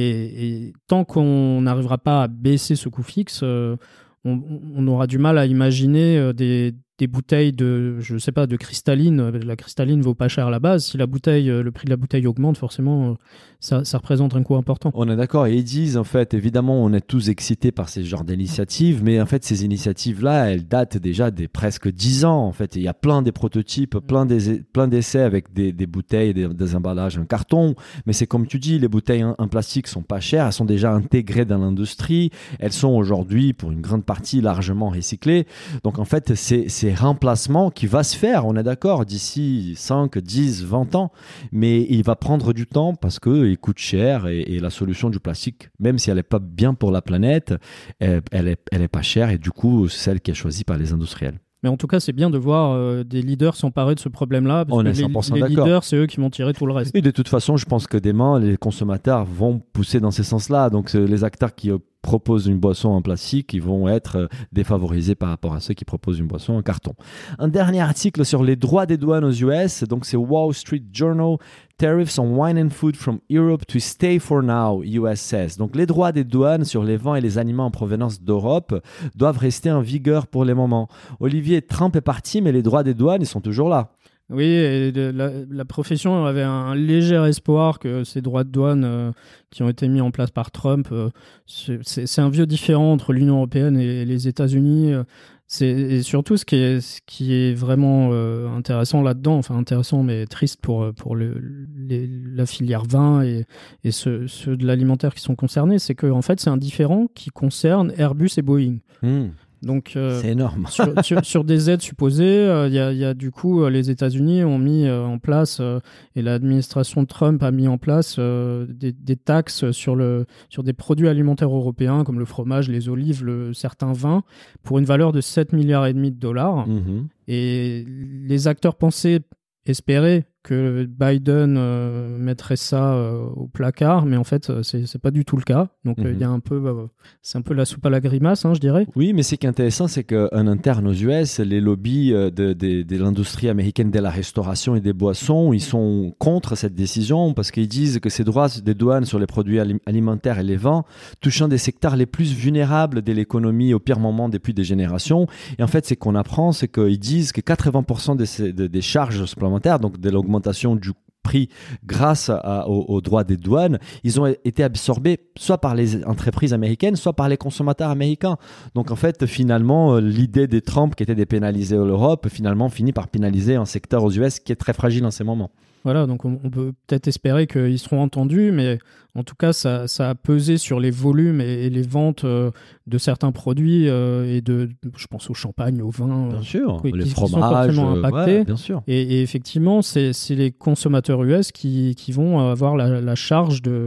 Et, et tant qu'on n'arrivera pas à baisser ce coût fixe, euh, on, on aura du mal à imaginer euh, des, des bouteilles de, je sais pas, de cristalline. La cristalline vaut pas cher à la base. Si la bouteille, le prix de la bouteille augmente, forcément, ça, ça représente un coût important. On est d'accord. Et ils disent, en fait, évidemment, on est tous excités par ces genres d'initiatives, mais en fait, ces initiatives-là, elles datent déjà des presque dix ans. En fait, il y a plein des prototypes, plein, des, plein d'essais avec des, des bouteilles, des, des emballages en carton. Mais c'est comme tu dis, les bouteilles en, en plastique sont pas chères. Elles sont déjà intégrées dans l'industrie. Elles sont aujourd'hui, pour une grande partie, largement recyclées. Donc, en fait, c'est, c'est remplacement qui va se faire, on est d'accord, d'ici cinq, dix, vingt ans, mais il va prendre du temps parce qu'il coûte cher et, et la solution du plastique, même si elle n'est pas bien pour la planète, elle, elle, est, elle est pas chère et du coup, c'est celle qui est choisie par les industriels. Mais en tout cas, c'est bien de voir euh, des leaders s'emparer de ce problème-là, parce on que est cent pour cent les, les d'accord. leaders, c'est eux qui vont tirer tout le reste. Et de toute façon, je pense que demain, les consommateurs vont pousser dans ce sens-là. Donc, les acteurs qui proposent une boisson en plastique, ils vont être défavorisés par rapport à ceux qui proposent une boisson en carton. Un dernier article sur les droits des douanes aux U S, donc c'est Wall Street Journal. Tariffs on wine and food from Europe to stay for now, U S says. Donc les droits des douanes sur les vins et les aliments en provenance d'Europe doivent rester en vigueur pour le moment. Olivier, Trump est parti, mais les droits des douanes, ils sont toujours là. Oui, et de, la, la profession avait un, un léger espoir que ces droits de douane euh, qui ont été mis en place par Trump, euh, c'est, c'est, c'est un vieux différend entre l'Union européenne et les États-Unis. Euh, c'est, et surtout, ce qui est, ce qui est vraiment euh, intéressant là-dedans, enfin intéressant mais triste pour, pour le, les, la filière vin et, et ceux, ceux de l'alimentaire qui sont concernés, c'est qu'en fait, c'est un différend qui concerne Airbus et Boeing. Mmh. Donc, euh, c'est énorme. sur, sur, sur des aides supposées, il euh, y, a, y a du coup, euh, les États-Unis ont mis euh, en place, euh, et l'administration de Trump a mis en place euh, des, des taxes sur, le, sur des produits alimentaires européens comme le fromage, les olives, le, certains vins, pour une valeur de sept milliards et demi de dollars. Mmh. Et les acteurs pensaient, espéraient que Biden euh, mettrait ça euh, au placard, mais en fait, c'est, c'est pas du tout le cas. Donc, il mm-hmm. euh, y a un peu, euh, c'est un peu la soupe à la grimace, hein, je dirais. Oui, mais ce qui est intéressant, c'est qu'en interne aux U S, les lobbies de, de, de l'industrie américaine de la restauration et des boissons, ils sont contre cette décision parce qu'ils disent que ces droits des douanes sur les produits alimentaires et les vins touchent un des secteurs les plus vulnérables de l'économie au pire moment depuis des générations. Et en fait, ce qu'on apprend, c'est qu'ils disent que quatre-vingts pour cent des, des, des charges supplémentaires, donc de l'augmentation du prix grâce à, aux, aux droits des douanes, ils ont été absorbés soit par les entreprises américaines, soit par les consommateurs américains. Donc en fait, finalement, l'idée des Trump qui était de pénaliser l'Europe, finalement finit par pénaliser un secteur aux U S qui est très fragile en ces moments. Voilà, donc on, on peut peut-être espérer qu'ils seront entendus, mais en tout cas, ça, ça a pesé sur les volumes et, et les ventes euh, de certains produits euh, et de, je pense au champagne, au vin, bien sûr, oui, les qui, fromages, qui sont fortement impactés. Ouais, bien sûr. Et, et effectivement, c'est, c'est les consommateurs U S qui, qui vont avoir la, la charge de,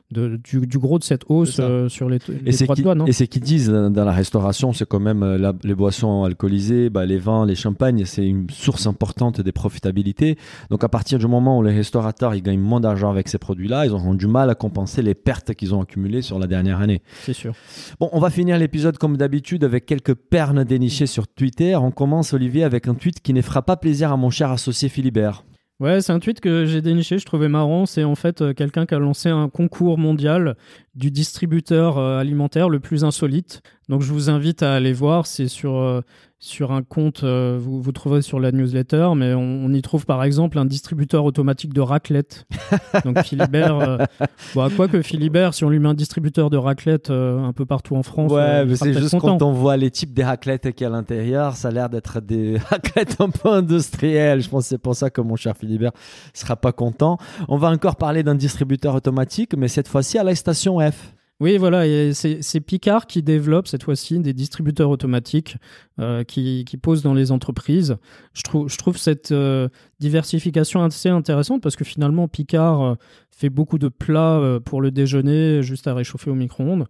de, du, du gros de cette hausse euh, sur les, les et droits qui, de douane. Hein. Et c'est qu'ils disent dans la restauration, c'est quand même la, les boissons alcoolisées, bah, les vins, les champagnes, c'est une source importante des profitabilités. Donc à partir du moment où les restaurateurs ils gagnent moins d'argent avec ces produits-là, ils auront du mal à compenser les pertes qu'ils ont accumulées sur la dernière année. C'est sûr. Bon, on va finir l'épisode comme d'habitude avec quelques perles dénichées sur Twitter. On commence, Olivier, avec un tweet qui ne fera pas plaisir à mon cher associé Philibert. Ouais, c'est un tweet que j'ai déniché, je trouvais marrant. C'est en fait euh, quelqu'un qui a lancé un concours mondial du distributeur euh, alimentaire le plus insolite. Donc je vous invite à aller voir, c'est sur, euh, sur un compte, euh, vous, vous trouverez sur la newsletter, mais on, on y trouve par exemple un distributeur automatique de raclette. Donc Philibert, euh, bon, quoi que Philibert, si on lui met un distributeur de raclette euh, un peu partout en France, ouais, euh, mais c'est juste content. Quand on voit les types des raclettes qu'il y a à l'intérieur, ça a l'air d'être des raclettes un peu industrielles. Je pense que c'est pour ça que mon cher Philibert sera pas content. On va encore parler d'un distributeur automatique, mais cette fois-ci à la station F. Oui, voilà, et c'est, c'est Picard qui développe cette fois-ci des distributeurs automatiques euh, qui, qui posent dans les entreprises. Je trouve, je trouve cette euh, diversification assez intéressante parce que finalement, Picard euh, fait beaucoup de plats euh, pour le déjeuner juste à réchauffer au micro-ondes.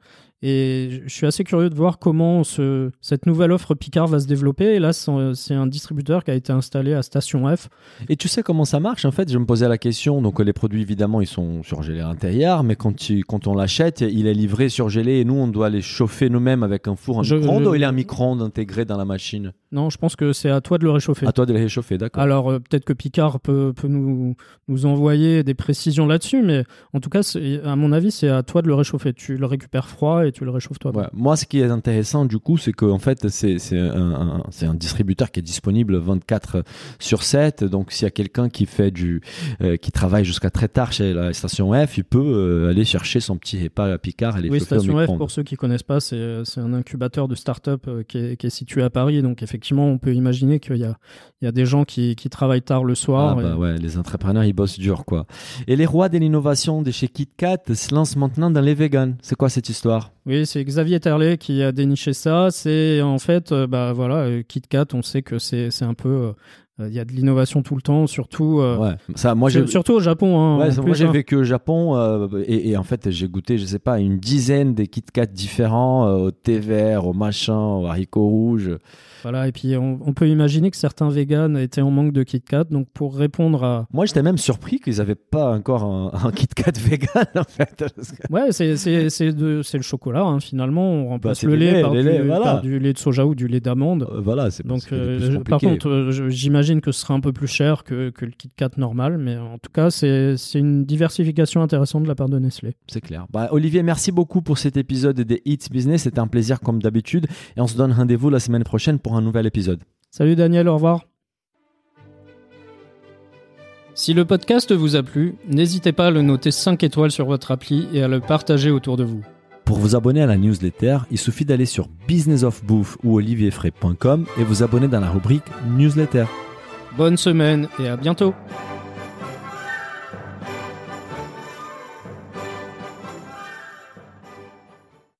Et je suis assez curieux de voir comment ce, cette nouvelle offre Picard va se développer. Et là, c'est un distributeur qui a été installé à Station F. Et tu sais comment ça marche en fait? Je me posais la question. Donc les produits, évidemment, ils sont surgelés à l'intérieur, mais quand, tu, quand on l'achète, il est livré surgelé et nous, on doit les chauffer nous-mêmes avec un four en micro-ondes ou il est un micro-ondes intégré dans la machine? Non, je pense que c'est à toi de le réchauffer. À toi de le réchauffer, d'accord. Alors euh, peut-être que Picard peut, peut nous, nous envoyer des précisions là-dessus, mais en tout cas, à mon avis, c'est à toi de le réchauffer. Tu le récupères froid et tu le réchauffes toi. Ouais. Moi, ce qui est intéressant du coup, c'est qu'en fait, c'est, c'est, un, un, c'est un distributeur qui est disponible vingt-quatre sur sept. Donc, s'il y a quelqu'un qui fait du, euh, qui travaille jusqu'à très tard chez la station F, il peut euh, aller chercher son petit repas à Picard et les oui, chauffer au station micro-ondes. F, pour ceux qui connaissent pas, c'est, c'est un incubateur de start-up euh, qui, est, qui est situé à Paris. Donc, effectivement, on peut imaginer qu'il y a, il y a des gens qui, qui travaillent tard le soir. Ah bah et... ouais, les entrepreneurs, ils bossent dur, quoi. Et les rois de l'innovation de chez KitKat se lancent maintenant dans les vegans. C'est quoi cette histoire? Oui, c'est Xavier Terlet qui a déniché ça. C'est en fait, euh, bah voilà, euh, KitKat, on sait que c'est, c'est un peu... Il euh, y a de l'innovation tout le temps, surtout, euh, ouais. ça, moi, j'ai... surtout au Japon. Hein, ouais, en ça, plus, moi, j'ai hein. vécu au Japon euh, et, et en fait, j'ai goûté, je sais pas, une dizaine des KitKat différents, euh, au thé vert, au machin, aux haricots rouges. Voilà, et puis on, on peut imaginer que certains véganes étaient en manque de KitKat, donc pour répondre à... Moi, j'étais même surpris qu'ils n'avaient pas encore un, un KitKat vegan, en fait. Ouais, c'est, c'est, c'est, de, c'est le chocolat, hein, finalement. On remplace bah, le lait, lait par, du, lait, voilà. par du lait de soja ou du lait d'amande. Euh, voilà, c'est donc, c'est euh, par contre, euh, je, j'imagine que ce sera un peu plus cher que, que le KitKat normal, mais en tout cas, c'est, c'est une diversification intéressante de la part de Nestlé. C'est clair. Bah, Olivier, merci beaucoup pour cet épisode des Eats Business. C'était un plaisir comme d'habitude. Et on se donne rendez-vous la semaine prochaine pour un nouvel épisode. Salut Daniel, au revoir. Si le podcast vous a plu, n'hésitez pas à le noter cinq étoiles sur votre appli et à le partager autour de vous. Pour vous abonner à la newsletter, il suffit d'aller sur business of bouffe ou olivier frey point com et vous abonner dans la rubrique newsletter. Bonne semaine et à bientôt.